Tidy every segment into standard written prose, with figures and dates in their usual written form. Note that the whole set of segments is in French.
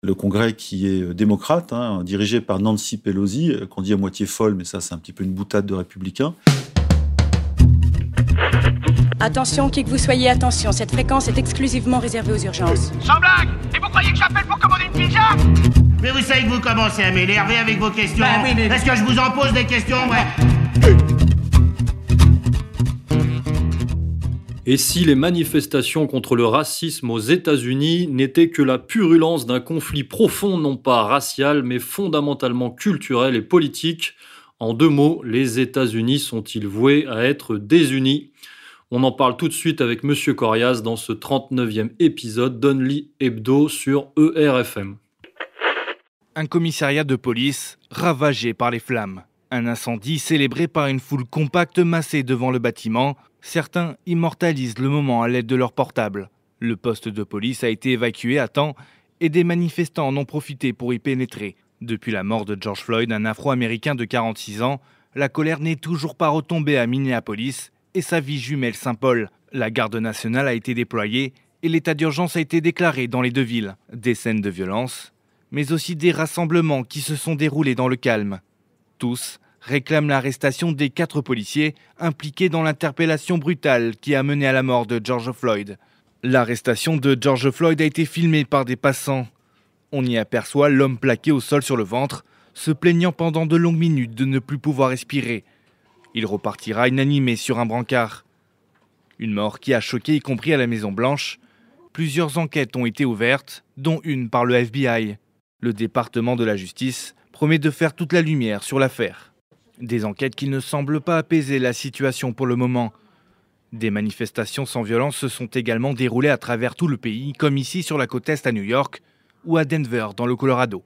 Le Congrès qui est démocrate, dirigé par Nancy Pelosi, qu'on dit à moitié folle, mais ça c'est un petit peu une boutade de républicains. Attention, qui que vous soyez, attention, cette fréquence est exclusivement réservée aux urgences. Sans blague! Et vous croyez que j'appelle pour commander une pizza? Mais vous savez que vous commencez à m'énerver avec vos questions. Bah oui, mais... Est-ce que je vous en pose des questions, ouais? Et si les manifestations contre le racisme aux États-Unis n'étaient que la purulence d'un conflit profond, non pas racial, mais fondamentalement culturel et politique? En deux mots, les États-Unis sont-ils voués à être désunis? On en parle tout de suite avec Monsieur Corias dans ce 39e épisode d'Only Hebdo sur ERFM. Un commissariat de police ravagé par les flammes. Un incendie célébré par une foule compacte massée devant le bâtiment. Certains immortalisent le moment à l'aide de leur portable. Le poste de police a été évacué à temps et des manifestants en ont profité pour y pénétrer. Depuis la mort de George Floyd, un Afro-Américain de 46 ans, la colère n'est toujours pas retombée à Minneapolis et sa ville jumelle Saint-Paul. La garde nationale a été déployée et l'état d'urgence a été déclaré dans les deux villes. Des scènes de violence, mais aussi des rassemblements qui se sont déroulés dans le calme. Tous réclament l'arrestation des 4 policiers impliqués dans l'interpellation brutale qui a mené à la mort de George Floyd. L'arrestation de George Floyd a été filmée par des passants. On y aperçoit l'homme plaqué au sol sur le ventre, se plaignant pendant de longues minutes de ne plus pouvoir respirer. Il repartira inanimé sur un brancard. Une mort qui a choqué, y compris à la Maison-Blanche. Plusieurs enquêtes ont été ouvertes, dont une par le FBI. Le département de la justice promet de faire toute la lumière sur l'affaire. Des enquêtes qui ne semblent pas apaiser la situation pour le moment. Des manifestations sans violence se sont également déroulées à travers tout le pays, comme ici sur la côte est à New York ou à Denver dans le Colorado.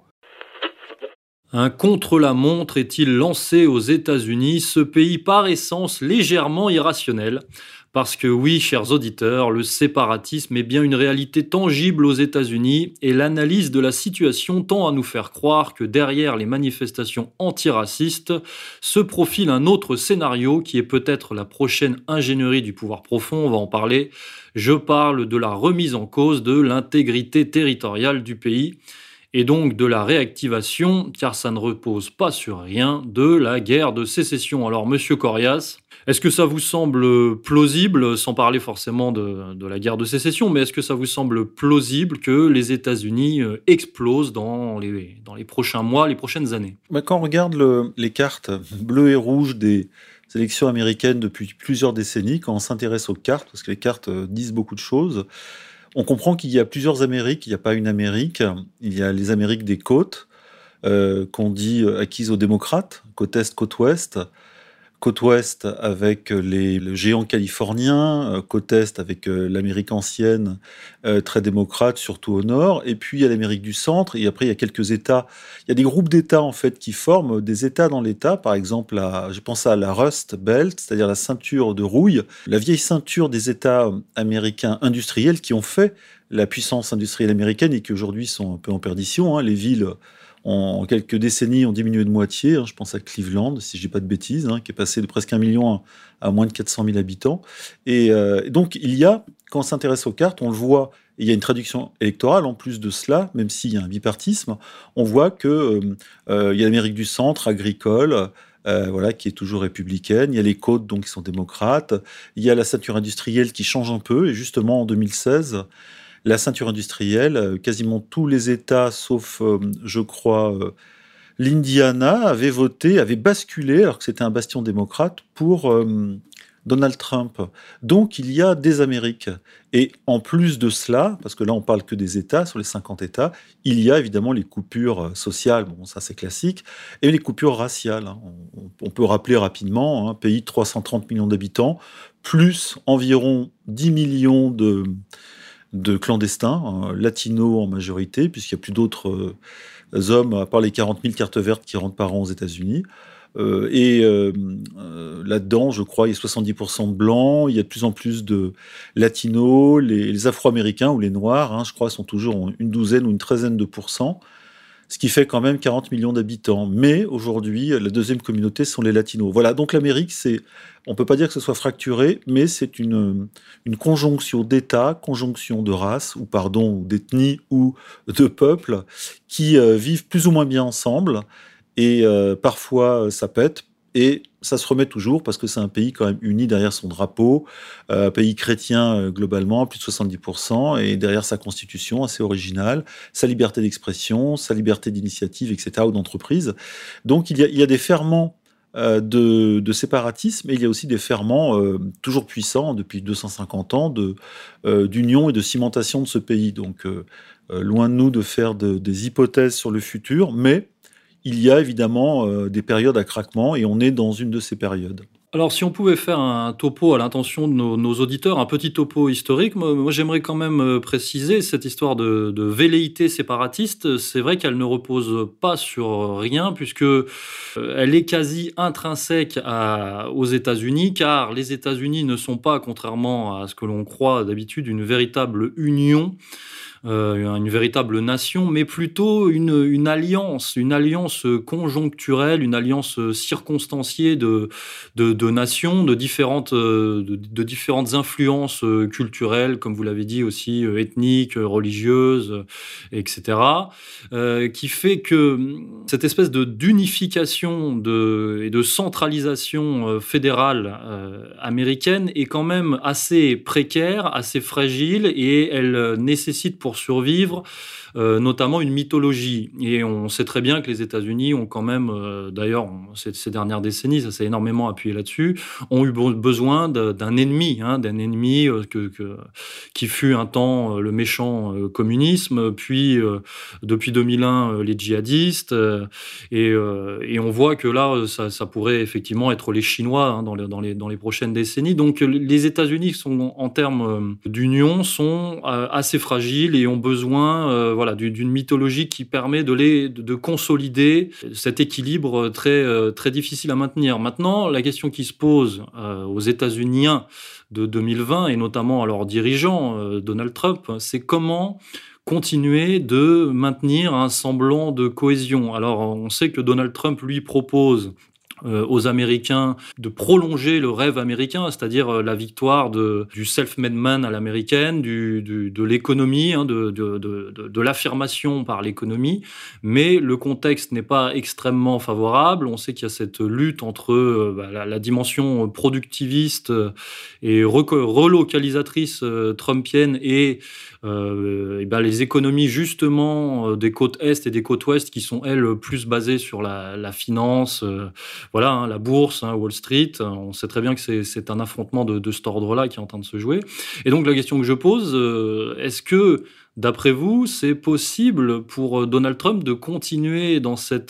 Un contre-la-montre est-il lancé aux États-Unis, ce pays par essence légèrement irrationnel? Parce que oui, chers auditeurs, le séparatisme est bien une réalité tangible aux États-Unis et l'analyse de la situation tend à nous faire croire que derrière les manifestations antiracistes se profile un autre scénario qui est peut-être la prochaine ingénierie du pouvoir profond, on va en parler. Je parle de la remise en cause de l'intégrité territoriale du pays. Et donc de la réactivation, car ça ne repose pas sur rien, de la guerre de sécession. Alors, Monsieur Corias, est-ce que ça vous semble plausible, sans parler forcément de la guerre de sécession, mais est-ce que ça vous semble plausible que les États-Unis explosent dans les prochains mois, les prochaines années? Quand on regarde les cartes bleues et rouges des élections américaines depuis plusieurs décennies, quand on s'intéresse aux cartes, parce que les cartes disent beaucoup de choses, on comprend qu'il y a plusieurs Amériques, il n'y a pas une Amérique. Il y a les Amériques des côtes, qu'on dit acquises aux démocrates, côte est, côte ouest. Côte ouest avec le géant californien, côte est avec l'Amérique ancienne, très démocrate, surtout au nord. Et puis il y a l'Amérique du centre, et après il y a quelques États. Il y a des groupes d'États en fait qui forment des États dans l'État. Par exemple, je pense à la Rust Belt, c'est-à-dire la ceinture de rouille, la vieille ceinture des États américains industriels qui ont fait la puissance industrielle américaine et qui aujourd'hui sont un peu en perdition. Les villes en quelques décennies ont diminué de moitié. Je pense à Cleveland, si je dis pas de bêtises, qui est passé de presque 1 million à moins de 400 000 habitants. Et donc, quand on s'intéresse aux cartes, on le voit, il y a une traduction électorale en plus de cela, même s'il y a un bipartisme, on voit que il y a l'Amérique du Centre, agricole, qui est toujours républicaine. Il y a les côtes, donc, qui sont démocrates. Il y a la ceinture industrielle qui change un peu. Et justement, en 2016... la ceinture industrielle, quasiment tous les États, sauf, je crois, l'Indiana, avaient basculé, alors que c'était un bastion démocrate, pour Donald Trump. Donc, il y a des Amériques. Et en plus de cela, parce que là, on parle que des États, sur les 50 États, il y a évidemment les coupures sociales, bon, ça c'est classique, et les coupures raciales. On peut rappeler rapidement, un pays de 330 millions d'habitants, plus environ 10 millions de clandestins, latinos en majorité, puisqu'il n'y a plus d'autres hommes, à part les 40 000 cartes vertes qui rentrent par an aux États-Unis. Là-dedans, je crois, il y a 70% de blancs, il y a de plus en plus de latinos, les Afro-Américains ou les Noirs, je crois, sont toujours une douzaine ou une treizaine de pourcents. ce qui fait quand même 40 millions d'habitants. Mais aujourd'hui, la deuxième communauté sont les Latinos. Voilà, donc l'Amérique, on ne peut pas dire que ce soit fracturé, mais c'est une conjonction d'États, conjonction de races, ou d'ethnies ou de peuples, qui vivent plus ou moins bien ensemble, et parfois ça pète, et ça se remet toujours parce que c'est un pays quand même uni derrière son drapeau, un pays chrétien globalement, plus de 70%, et derrière sa constitution assez originale, sa liberté d'expression, sa liberté d'initiative, etc., ou d'entreprise. Donc il y a des ferments de séparatisme, et il y a aussi des ferments toujours puissants depuis 250 ans d'union et de cimentation de ce pays. Donc loin de nous de faire des hypothèses sur le futur, mais il y a évidemment des périodes à craquement, et on est dans une de ces périodes. Alors, si on pouvait faire un topo à l'intention de nos auditeurs, un petit topo historique, moi j'aimerais quand même préciser cette histoire de velléité séparatiste. C'est vrai qu'elle ne repose pas sur rien, puisque elle est quasi intrinsèque aux États-Unis, car les États-Unis ne sont pas, contrairement à ce que l'on croit d'habitude, une véritable union. Une véritable nation, mais plutôt une alliance conjoncturelle, une alliance circonstanciée de nations, de différentes influences culturelles, comme vous l'avez dit aussi, ethniques, religieuses, etc., qui fait que cette espèce d'unification et de centralisation fédérale américaine est quand même assez précaire, assez fragile, et elle nécessite pour survivre, notamment une mythologie. Et on sait très bien que les États-Unis ont quand même, d'ailleurs, ces dernières décennies, ça s'est énormément appuyé là-dessus, ont eu besoin d'un ennemi, qui fut un temps le méchant communisme, puis depuis 2001 les djihadistes, et on voit que là, ça pourrait effectivement être les Chinois dans les prochaines décennies. Donc les États-Unis, en termes d'union, sont assez fragiles et ont besoin d'une mythologie qui permet de consolider cet équilibre très difficile à maintenir. Maintenant, la question qui se pose aux États-Uniens de 2020, et notamment à leur dirigeant, Donald Trump, c'est comment continuer de maintenir un semblant de cohésion. Alors, on sait que Donald Trump, lui, propose aux Américains de prolonger le rêve américain, c'est-à-dire la victoire du self-made man à l'américaine, de l'économie, de l'affirmation par l'économie, mais le contexte n'est pas extrêmement favorable. On sait qu'il y a cette lutte entre la dimension productiviste et relocalisatrice trumpienne et les économies justement des côtes Est et des côtes Ouest qui sont, elles, plus basées sur la finance, la bourse, Wall Street. On sait très bien que c'est un affrontement de cet ordre-là qui est en train de se jouer. Et donc la question que je pose, est-ce que, d'après vous, c'est possible pour Donald Trump de continuer dans cette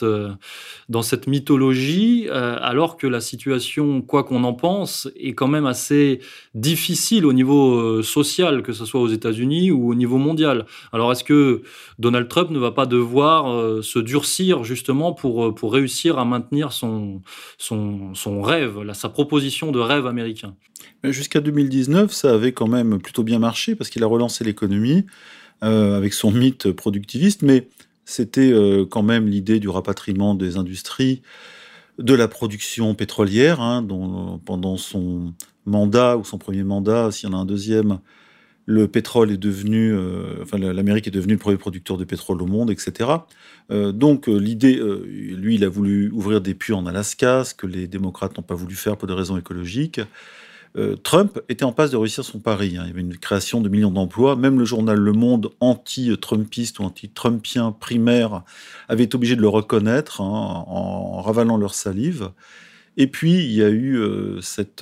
mythologie, alors que la situation, quoi qu'on en pense, est quand même assez difficile au niveau social, que ce soit aux États-Unis ou au niveau mondial. Alors est-ce que Donald Trump ne va pas devoir se durcir justement pour réussir à maintenir son rêve, sa proposition de rêve américain? Jusqu'à 2019, ça avait quand même plutôt bien marché parce qu'il a relancé l'économie avec son mythe productiviste, mais c'était quand même l'idée du rapatriement des industries, de la production pétrolière, dont pendant son mandat, ou son premier mandat, s'il y en a un deuxième, le pétrole est devenu, l'Amérique est devenue le premier producteur de pétrole au monde, etc. Donc l'idée, lui, il a voulu ouvrir des puits en Alaska, ce que les démocrates n'ont pas voulu faire pour des raisons écologiques. Trump était en passe de réussir son pari. Il y avait une création de millions d'emplois. Même le journal Le Monde, anti-trumpiste ou anti-trumpien primaire, avait été obligé de le reconnaître en ravalant leur salive. Et puis, il y a eu cette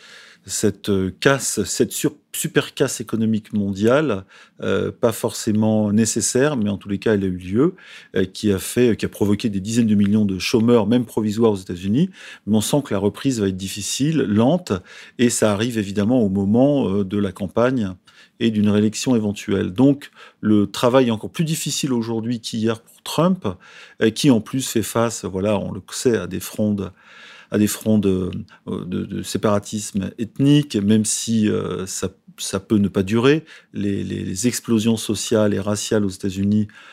super casse économique mondiale, pas forcément nécessaire, mais en tous les cas, elle a eu lieu, qui a provoqué des dizaines de millions de chômeurs, même provisoires aux États-Unis. Mais on sent que la reprise va être difficile, lente, et ça arrive évidemment au moment de la campagne et d'une réélection éventuelle. Donc, le travail est encore plus difficile aujourd'hui qu'hier pour Trump, qui en plus fait face, on le sait, à des frondes de séparatisme ethnique, même si ça peut ne pas durer. Les explosions sociales et raciales aux États-Unis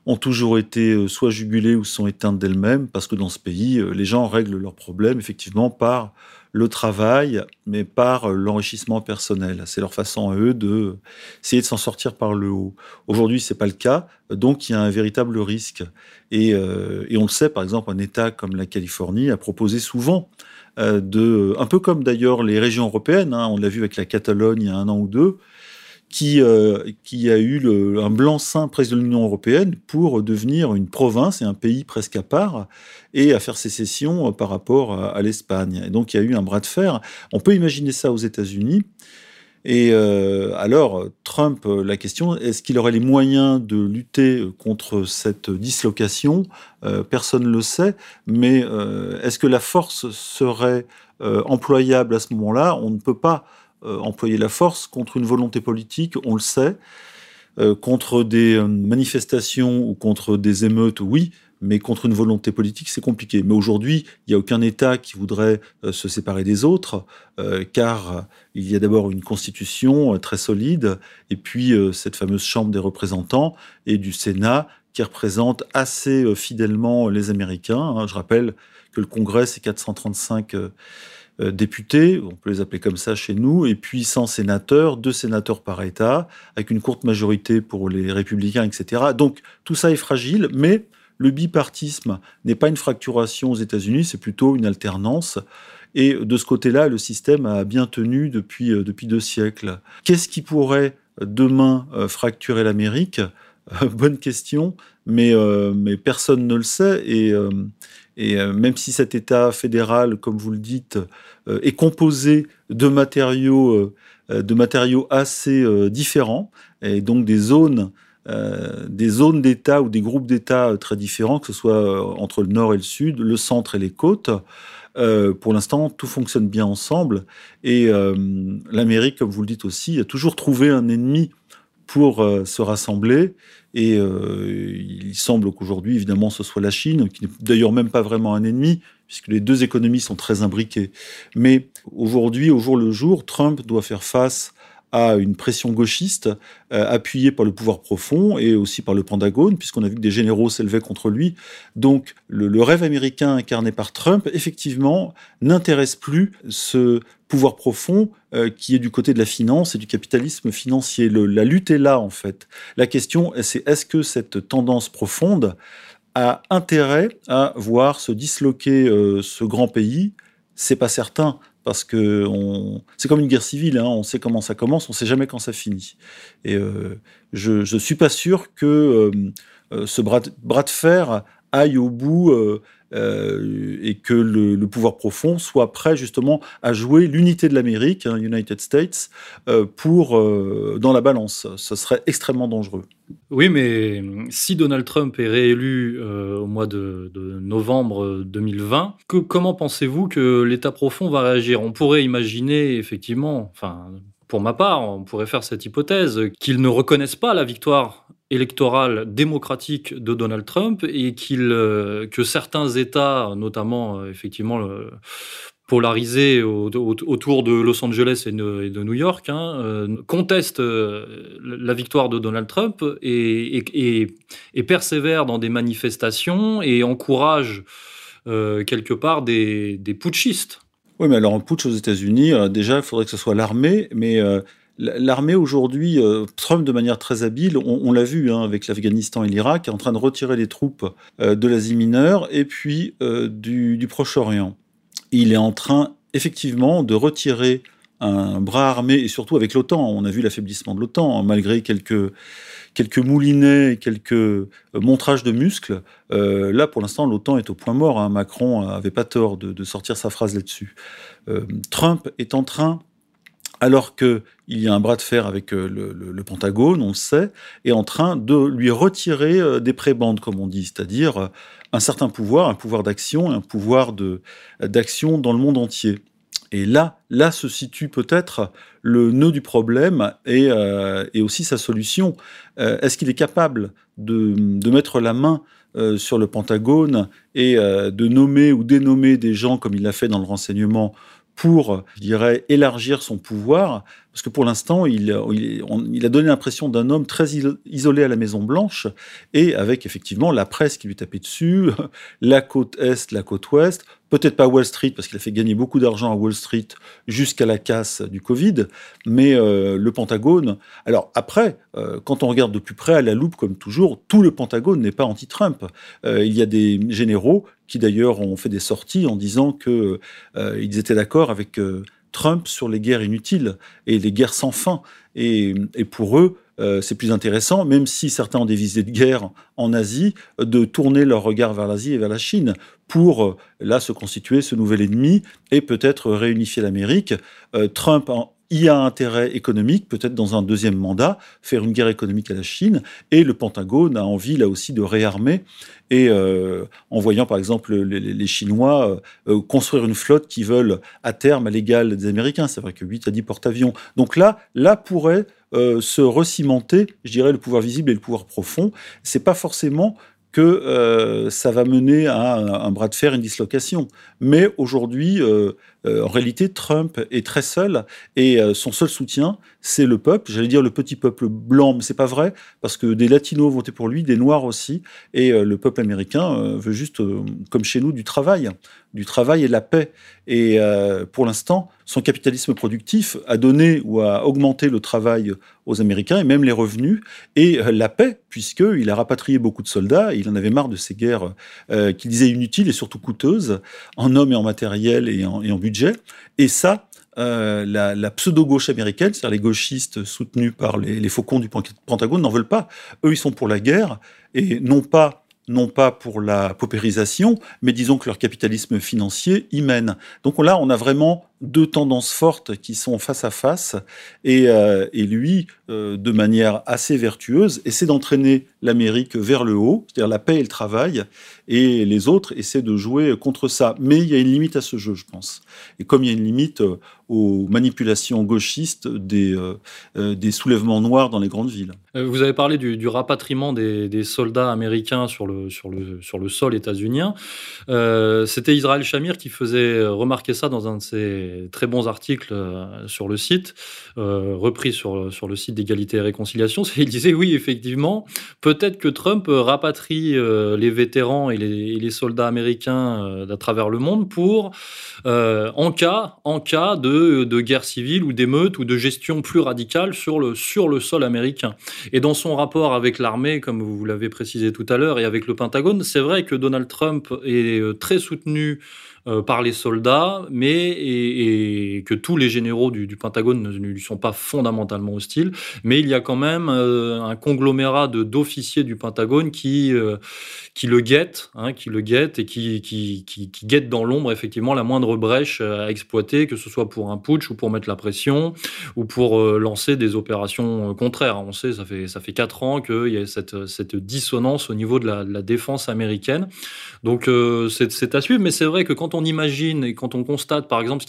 ont toujours été soit jugulées ou sont éteintes d'elles-mêmes, parce que dans ce pays, les gens règlent leurs problèmes effectivement par le travail, mais par l'enrichissement personnel. C'est leur façon à eux d'essayer de s'en sortir par le haut. Aujourd'hui, c'est pas le cas, donc il y a un véritable risque. Et on le sait, par exemple, un État comme la Californie a proposé souvent un peu comme d'ailleurs les régions européennes, on l'a vu avec la Catalogne il y a 1 an ou 2, qui a eu un blanc-seing presque de l'Union européenne pour devenir une province et un pays presque à part et à faire sécession par rapport à l'Espagne. Et donc il y a eu un bras de fer. On peut imaginer ça aux États-Unis. Et alors, Trump, la question, est-ce qu'il aurait les moyens de lutter contre cette dislocation ? Personne ne le sait, mais est-ce que la force serait employable à ce moment-là ? On ne peut pas employer la force contre une volonté politique, on le sait. Contre des manifestations ou contre des émeutes, oui, mais contre une volonté politique, c'est compliqué. Mais aujourd'hui, il n'y a aucun État qui voudrait se séparer des autres, car il y a d'abord une constitution très solide, et puis cette fameuse Chambre des représentants et du Sénat qui représente assez fidèlement les Américains. Je rappelle que le Congrès, c'est 435 députés, on peut les appeler comme ça chez nous, et puis 100 sénateurs, 2 sénateurs par État, avec une courte majorité pour les républicains, etc. Donc tout ça est fragile, mais le bipartisme n'est pas une fracturation aux États-Unis, c'est plutôt une alternance. Et de ce côté-là, le système a bien tenu depuis 2 siècles. Qu'est-ce qui pourrait demain fracturer l'Amérique ? Bonne question, mais personne ne le sait. Et même si cet État fédéral, comme vous le dites, est composé de matériaux assez différents, et donc des zones d'État ou des groupes d'États très différents, que ce soit entre le nord et le sud, le centre et les côtes. Pour l'instant, tout fonctionne bien ensemble. Et l'Amérique, comme vous le dites aussi, a toujours trouvé un ennemi pour se rassembler. Et il semble qu'aujourd'hui, évidemment, ce soit la Chine, qui n'est d'ailleurs même pas vraiment un ennemi, puisque les 2 économies sont très imbriquées. Mais aujourd'hui, au jour le jour, Trump doit faire face à une pression gauchiste appuyée par le pouvoir profond et aussi par le Pentagone, puisqu'on a vu que des généraux s'élevaient contre lui. Donc le rêve américain incarné par Trump, effectivement, n'intéresse plus ce pouvoir profond qui est du côté de la finance et du capitalisme financier. La lutte est là, en fait. La question, c'est est-ce que cette tendance profonde a intérêt à voir se disloquer ce grand pays ? C'est pas certain. Parce que c'est comme une guerre civile, on sait comment ça commence, on ne sait jamais quand ça finit. Et je ne suis pas sûr que ce bras de fer aille au bout et que le pouvoir profond soit prêt justement à jouer l'unité de l'Amérique, United States, dans la balance. Ce serait extrêmement dangereux. Oui, mais si Donald Trump est réélu au mois de novembre 2020, comment pensez-vous que l'État profond va réagir ? On pourrait imaginer effectivement, pour ma part, on pourrait faire cette hypothèse, qu'ils ne reconnaissent pas la victoire électorale démocratique de Donald Trump et que certains États, notamment effectivement polarisés autour de Los Angeles et de New York, contestent la victoire de Donald Trump et persévèrent dans des manifestations et encouragent quelque part des putschistes. Oui, mais alors en putsch aux États-Unis, déjà, il faudrait que ce soit l'armée, mais l'armée aujourd'hui, Trump de manière très habile, on l'a vu avec l'Afghanistan et l'Irak, est en train de retirer les troupes de l'Asie mineure et puis du Proche-Orient. Il est en train effectivement de retirer un bras armé, et surtout avec l'OTAN. On a vu l'affaiblissement de l'OTAN, malgré quelques moulinets, quelques montrages de muscles. Là, pour l'instant, l'OTAN est au point mort. Macron n'avait pas tort de sortir sa phrase là-dessus. Trump est en train, alors qu'il y a un bras de fer avec le Pentagone, on le sait, est en train de lui retirer des prébendes, comme on dit, c'est-à-dire un certain pouvoir, un pouvoir d'action, un pouvoir d'action dans le monde entier. Et là se situe peut-être le nœud du problème et aussi sa solution. Est-ce qu'il est capable de mettre la main sur le Pentagone et de nommer ou dénommer des gens comme il l'a fait dans le renseignement pour, je dirais, élargir son pouvoir? parce que pour l'instant, il a donné l'impression d'un homme très isolé à la Maison-Blanche, et avec effectivement la presse qui lui tapait dessus, la côte Est, la côte Ouest, peut-être pas Wall Street, parce qu'il a fait gagner beaucoup d'argent à Wall Street jusqu'à la casse du Covid, mais le Pentagone. Alors après, quand on regarde de plus près à la loupe, comme toujours, tout le Pentagone n'est pas anti-Trump. Il y a des généraux qui d'ailleurs ont fait des sorties en disant qu'ils étaient d'accord avec Trump sur les guerres inutiles et les guerres sans fin. Et pour eux, c'est plus intéressant, même si certains ont des visées de guerre en Asie, de tourner leur regard vers l'Asie et vers la Chine pour, là, se constituer ce nouvel ennemi et peut-être réunifier l'Amérique. Trump y a intérêt économique, peut-être dans un deuxième mandat, faire une guerre économique à la Chine, et le Pentagone a envie, là aussi, de réarmer, et en voyant, par exemple, les Chinois construire une flotte qui veulent, à terme, à l'égal des Américains. C'est vrai que 8 à 10 porte-avions. Donc là pourrait se recimenter, je dirais, le pouvoir visible et le pouvoir profond. C'est pas forcément que ça va mener à un bras de fer, une dislocation. Mais aujourd'hui, en réalité, Trump est très seul, et son seul soutien, c'est le peuple. J'allais dire le petit peuple blanc, mais c'est pas vrai, parce que des latinos ont voté pour lui, des noirs aussi, et le peuple américain veut juste, comme chez nous, du travail et de la paix. Et pour l'instant, son capitalisme productif a donné ou a augmenté le travail aux Américains, et même les revenus, et la paix, puisqu'il a rapatrié beaucoup de soldats, il en avait marre de ces guerres qu'il disait inutiles et surtout coûteuses, en hommes et en matériel et en budget. Et ça, la pseudo-gauche américaine, c'est-à-dire les gauchistes soutenus par les faucons du Pentagone, n'en veulent pas. Eux, ils sont pour la guerre, et non pas pour la paupérisation, mais disons que leur capitalisme financier y mène. Donc là, on a vraiment deux tendances fortes qui sont face à face, et lui, de manière assez vertueuse, essaie d'entraîner l'Amérique vers le haut, c'est-à-dire la paix et le travail, et les autres essaient de jouer contre ça. Mais il y a une limite à ce jeu, je pense. Et comme il y a une limite aux manipulations gauchistes des soulèvements noirs dans les grandes villes. Vous avez parlé du rapatriement des soldats américains sur le sol états-unien. C'était Israël Shamir qui faisait remarquer ça dans un de ses très bons articles sur le site, repris sur le site d'Égalité et Réconciliation. Il disait, oui, effectivement, peut-être que Trump rapatrie les vétérans et les soldats américains à travers le monde pour, en cas de guerre civile ou d'émeute ou de gestion plus radicale sur le sol américain. Et dans son rapport avec l'armée, comme vous l'avez précisé tout à l'heure, et avec le Pentagone, c'est vrai que Donald Trump est très soutenu par les soldats, et que tous les généraux du Pentagone ne lui sont pas fondamentalement hostiles, mais il y a quand même un conglomérat d'officiers du Pentagone qui le guettent, et qui guettent dans l'ombre effectivement la moindre brèche à exploiter, que ce soit pour un putsch ou pour mettre la pression ou pour lancer des opérations contraires. On sait, ça fait 4 ans qu'il y a cette dissonance au niveau de la défense américaine. Donc c'est à suivre, mais c'est vrai que quand on imagine et quand on constate par exemple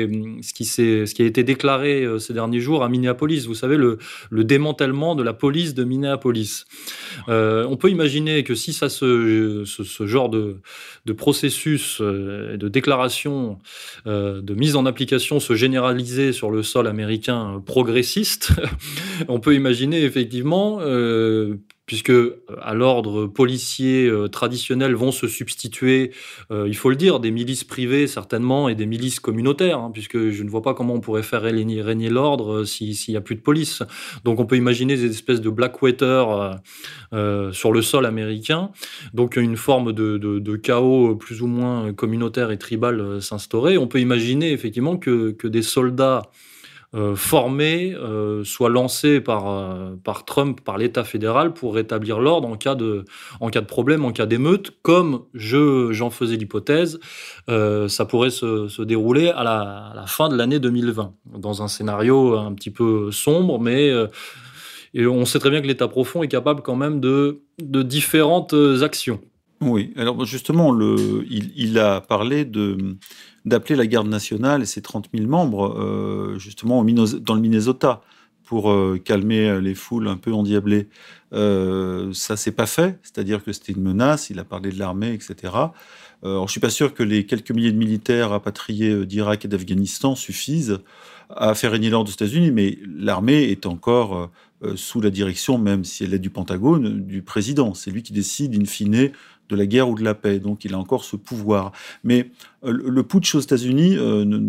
ce qui a été déclaré ces derniers jours à Minneapolis, vous savez, le démantèlement de la police de Minneapolis, on peut imaginer que si ça ce genre de processus de déclaration, de mise en application se généralisait sur le sol américain progressiste, on peut imaginer effectivement puisque à l'ordre policier traditionnel vont se substituer, il faut le dire, des milices privées certainement et des milices communautaires, puisque je ne vois pas comment on pourrait faire régner l'ordre s'il n'y a plus de police. Donc on peut imaginer des espèces de Blackwater sur le sol américain, donc une forme de chaos plus ou moins communautaire et tribal s'instaurer. On peut imaginer effectivement que des soldats formés soient lancés par Trump, par l'État fédéral pour rétablir l'ordre en cas de problème, en cas d'émeute, comme j'en faisais l'hypothèse, ça pourrait se dérouler à la fin de l'année 2020, dans un scénario un petit peu sombre, mais et on sait très bien que l'État profond est capable quand même de différentes actions. Oui, alors justement, il a parlé d'appeler la garde nationale et ses 30 000 membres, justement, dans le Minnesota, pour calmer les foules un peu endiablées. Ça s'est pas fait, c'est-à-dire que c'était une menace, il a parlé de l'armée, etc. Alors, je suis pas sûr que les quelques milliers de militaires rapatriés d'Irak et d'Afghanistan suffisent à faire régner l'ordre aux États-Unis, mais l'armée est encore sous la direction, même si elle est du Pentagone, du président. C'est lui qui décide, in fine, de la guerre ou de la paix. Donc, il a encore ce pouvoir. Mais le putsch aux États-Unis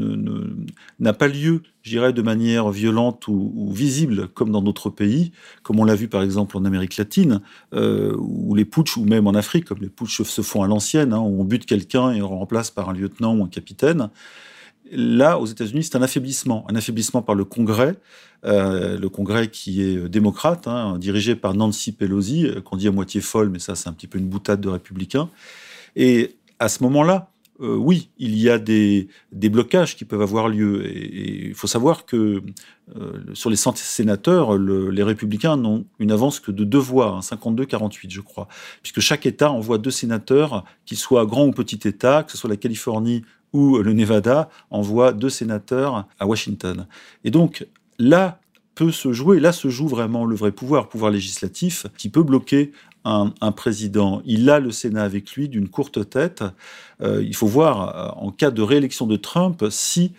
n'a pas lieu, je dirais, de manière violente ou visible, comme dans d'autres pays, comme on l'a vu, par exemple, en Amérique latine, où les putschs, ou même en Afrique, comme les putschs se font à l'ancienne, où on bute quelqu'un et on le remplace par un lieutenant ou un capitaine. Là, aux États-Unis, c'est un affaiblissement par le Congrès qui est démocrate, dirigé par Nancy Pelosi, qu'on dit à moitié folle, mais ça, c'est un petit peu une boutade de républicains. Et à ce moment-là, oui, il y a des blocages qui peuvent avoir lieu. Et il faut savoir que sur les 100 sénateurs, les républicains n'ont une avance que de 2 voix, 52-48, je crois, puisque chaque État envoie 2 sénateurs, qu'ils soient grand ou petit État, que ce soit la Californie ou le Nevada, envoie 2 sénateurs à Washington. Et donc, là se joue vraiment le vrai pouvoir législatif, qui peut bloquer un président. Il a le Sénat avec lui d'une courte tête. Il faut voir, en cas de réélection de Trump, si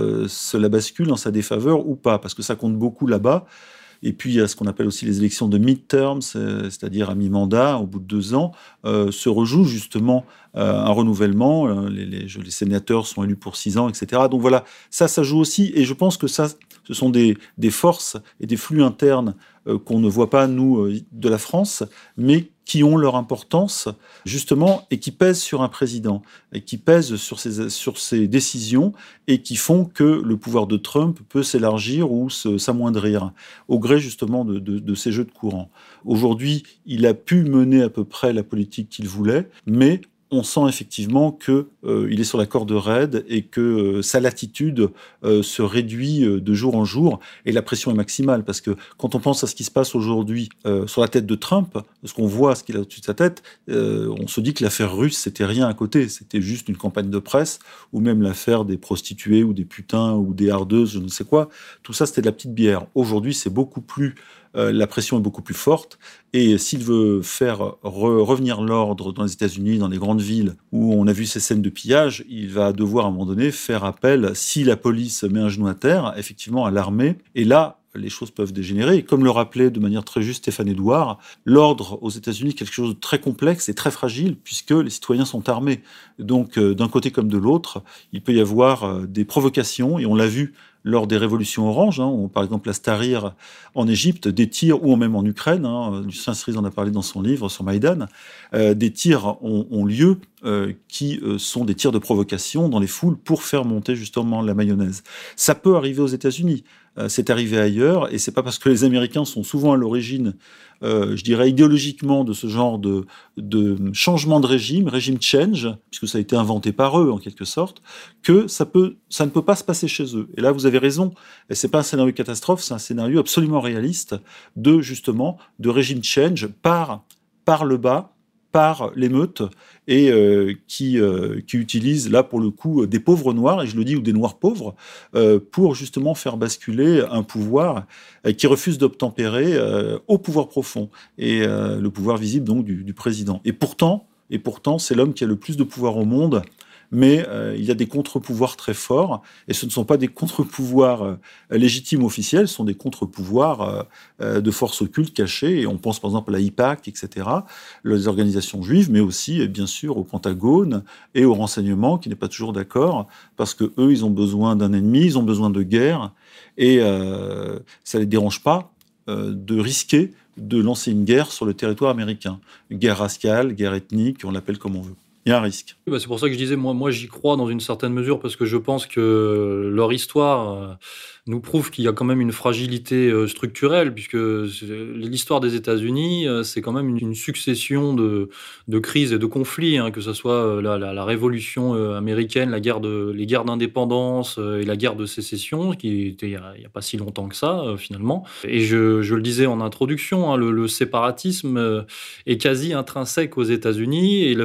cela bascule en sa défaveur ou pas, parce que ça compte beaucoup là-bas. Et puis, il y a ce qu'on appelle aussi les élections de midterms, c'est-à-dire à mi-mandat, au bout de 2 ans, se rejoue justement un renouvellement. Les sénateurs sont élus pour 6 ans, etc. Donc voilà, ça joue aussi. Et je pense que ça, ce sont des forces et des flux internes qu'on ne voit pas, nous, de la France, mais qui ont leur importance, justement, et qui pèsent sur un président, et qui pèsent sur ses décisions, et qui font que le pouvoir de Trump peut s'élargir ou s'amoindrir, au gré, justement, de ces jeux de courant. Aujourd'hui, il a pu mener à peu près la politique qu'il voulait, mais on sent effectivement qu'il est sur la corde raide et que sa latitude se réduit de jour en jour, et la pression est maximale, parce que quand on pense à ce qui se passe aujourd'hui sur la tête de Trump, ce qu'on voit, ce qu'il a au-dessus de sa tête, on se dit que l'affaire russe, c'était rien à côté, c'était juste une campagne de presse, ou même l'affaire des prostituées ou des putains ou des hardeuses, je ne sais quoi, tout ça c'était de la petite bière. Aujourd'hui, c'est beaucoup plus... la pression est beaucoup plus forte, et s'il veut faire revenir l'ordre dans les États-Unis, dans les grandes villes où on a vu ces scènes de pillage, il va devoir à un moment donné faire appel, si la police met un genou à terre, effectivement à l'armée, et là les choses peuvent dégénérer. Et comme le rappelait de manière très juste Stéphane Edouard, l'ordre aux États-Unis est quelque chose de très complexe et très fragile, puisque les citoyens sont armés. Donc d'un côté comme de l'autre, il peut y avoir des provocations, et on l'a vu lors des révolutions oranges, par exemple à Tahrir en Égypte, des tirs, ou même en Ukraine, Lucien Cerise en a parlé dans son livre sur Maïdan, des tirs ont lieu qui sont des tirs de provocation dans les foules pour faire monter justement la mayonnaise. Ça peut arriver aux États-Unis, c'est arrivé ailleurs, et c'est pas parce que les Américains sont souvent à l'origine, je dirais idéologiquement, de ce genre de changement de régime change, puisque ça a été inventé par eux en quelque sorte, que ça ne peut pas se passer chez eux. Et là, vous avez raison, et c'est pas un scénario catastrophe, c'est un scénario absolument réaliste de régime change par le bas, par l'émeute, et qui utilise là pour le coup des pauvres noirs, et je le dis, ou des noirs pauvres, pour justement faire basculer un pouvoir qui refuse d'obtempérer au pouvoir profond, et le pouvoir visible donc du président. Et pourtant, c'est l'homme qui a le plus de pouvoir au monde, mais il y a des contre-pouvoirs très forts, et ce ne sont pas des contre-pouvoirs légitimes officiels, ce sont des contre-pouvoirs de forces occultes cachées, et on pense par exemple à la IPAC, etc., les organisations juives, mais aussi, bien sûr, au Pentagone et au renseignement, qui n'est pas toujours d'accord, parce que eux, ils ont besoin d'un ennemi, ils ont besoin de guerre, et ça les dérange pas de risquer de lancer une guerre sur le territoire américain. Guerre raciale, guerre ethnique, on l'appelle comme on veut. Il y a un risque. C'est pour ça que je disais, moi j'y crois dans une certaine mesure, parce que je pense que leur histoire nous prouve qu'il y a quand même une fragilité structurelle, puisque l'histoire des États-Unis, c'est quand même une succession de crises et de conflits, que ce soit la révolution américaine, les guerres d'indépendance et la guerre de sécession, qui était il n'y a pas si longtemps que ça, finalement. Et je le disais en introduction, le séparatisme est quasi intrinsèque aux États-Unis, et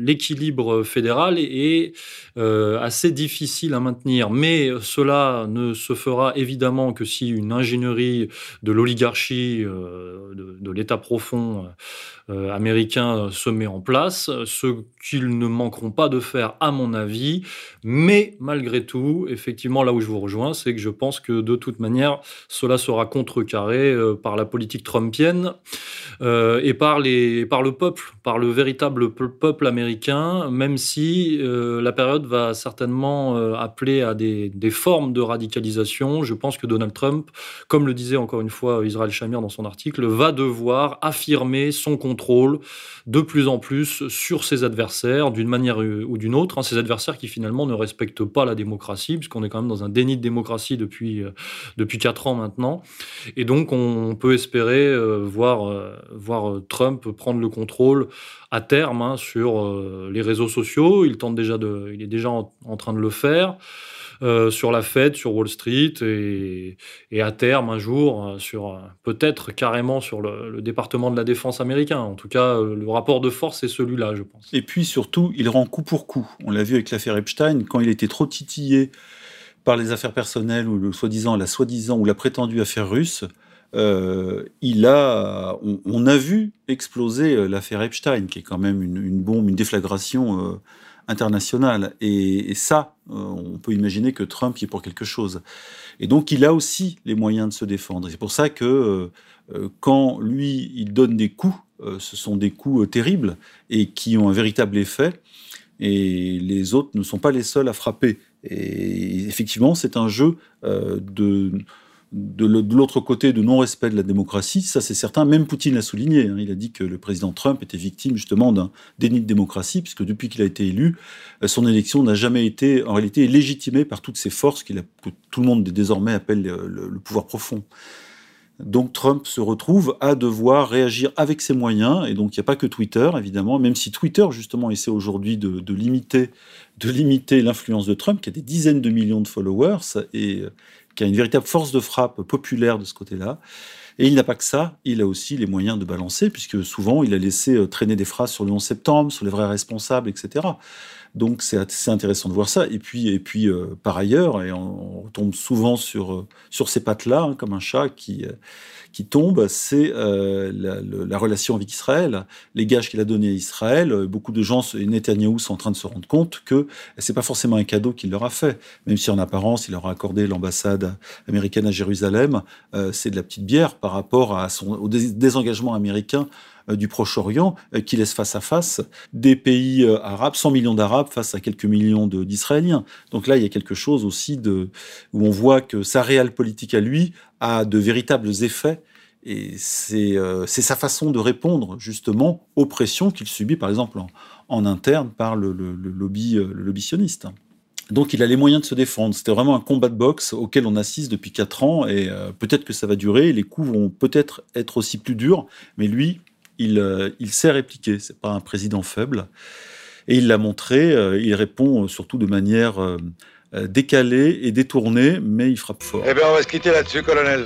l'équilibre fédéral est assez difficile à maintenir. Mais cela ne se fera évidemment que si une ingénierie de l'oligarchie, de l'État profond américain se met en place, ce qu'ils ne manqueront pas de faire, à mon avis. Mais malgré tout, effectivement, là où je vous rejoins, c'est que je pense que de toute manière, cela sera contrecarré par la politique trumpienne et par le peuple, par le véritable peuple américain, même si la période va certainement appeler à des formes de radicalisation. Je pense que Donald Trump, comme le disait encore une fois Israël Shamir dans son article, va devoir affirmer son contrôle de plus en plus sur ses adversaires, d'une manière ou d'une autre, ces adversaires qui finalement ne respectent pas la démocratie, puisqu'on est quand même dans un déni de démocratie depuis 4 ans maintenant. Et donc on peut espérer voir Trump prendre le contrôle à terme sur les réseaux sociaux. Il est déjà en train de le faire. Sur la Fed, sur Wall Street et à terme un jour peut-être carrément sur le département de la défense américain. En tout cas, le rapport de force est celui-là, je pense. Et puis surtout, il rend coup pour coup. On l'a vu avec l'affaire Epstein, quand il était trop titillé par les affaires personnelles ou la soi-disant ou la prétendue affaire russe, on a vu exploser l'affaire Epstein, qui est quand même une bombe, une déflagration internationale. Et ça, on peut imaginer que Trump y est pour quelque chose. Et donc, il a aussi les moyens de se défendre. Et c'est pour ça que quand lui, il donne des coups, ce sont des coups terribles et qui ont un véritable effet. Et les autres ne sont pas les seuls à frapper. Et effectivement, c'est un jeu de l'autre côté de non-respect de la démocratie, ça c'est certain. Même Poutine l'a souligné, il a dit que le président Trump était victime justement d'un déni de démocratie, puisque depuis qu'il a été élu, son élection n'a jamais été en réalité légitimée par toutes ces forces que tout le monde désormais appelle le pouvoir profond. Donc Trump se retrouve à devoir réagir avec ses moyens, et donc il n'y a pas que Twitter, évidemment, même si Twitter, justement, essaie aujourd'hui de limiter l'influence de Trump, qui a des dizaines de millions de followers, et qui a une véritable force de frappe populaire de ce côté-là. Et il n'a pas que ça, il a aussi les moyens de balancer, puisque souvent il a laissé traîner des phrases sur le 11 septembre, sur les vrais responsables, etc. Donc c'est intéressant de voir ça. Et puis par ailleurs, et on retombe souvent sur ces pattes-là, comme un chat qui tombe, c'est la relation avec Israël, les gages qu'il a donnés à Israël. Beaucoup de gens, et Netanyahou, sont en train de se rendre compte que c'est pas forcément un cadeau qu'il leur a fait, même si en apparence il leur a accordé l'ambassade américaine à Jérusalem. C'est de la petite bière par rapport au désengagement américain du Proche-Orient, qui laisse face à face des pays arabes, 100 millions d'Arabes face à quelques millions d'Israéliens. Donc là, il y a quelque chose aussi où on voit que sa réelle politique à lui a de véritables effets, et c'est sa façon de répondre justement aux pressions qu'il subit, par exemple en interne par le lobby sioniste. Donc il a les moyens de se défendre. C'était vraiment un combat de boxe auquel on assiste depuis 4 ans, et peut-être que ça va durer, les coups vont peut-être être aussi plus durs, mais lui, il sait répliquer, c'est pas un président faible. Et il l'a montré, il répond surtout de manière décalée et détournée, mais il frappe fort. Eh bien, on va se quitter là-dessus, colonel.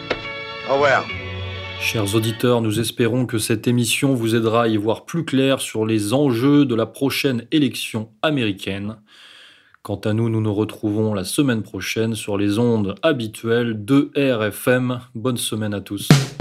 Au revoir. Chers auditeurs, nous espérons que cette émission vous aidera à y voir plus clair sur les enjeux de la prochaine élection américaine. Quant à nous, nous nous retrouvons la semaine prochaine sur les ondes habituelles de RFM. Bonne semaine à tous.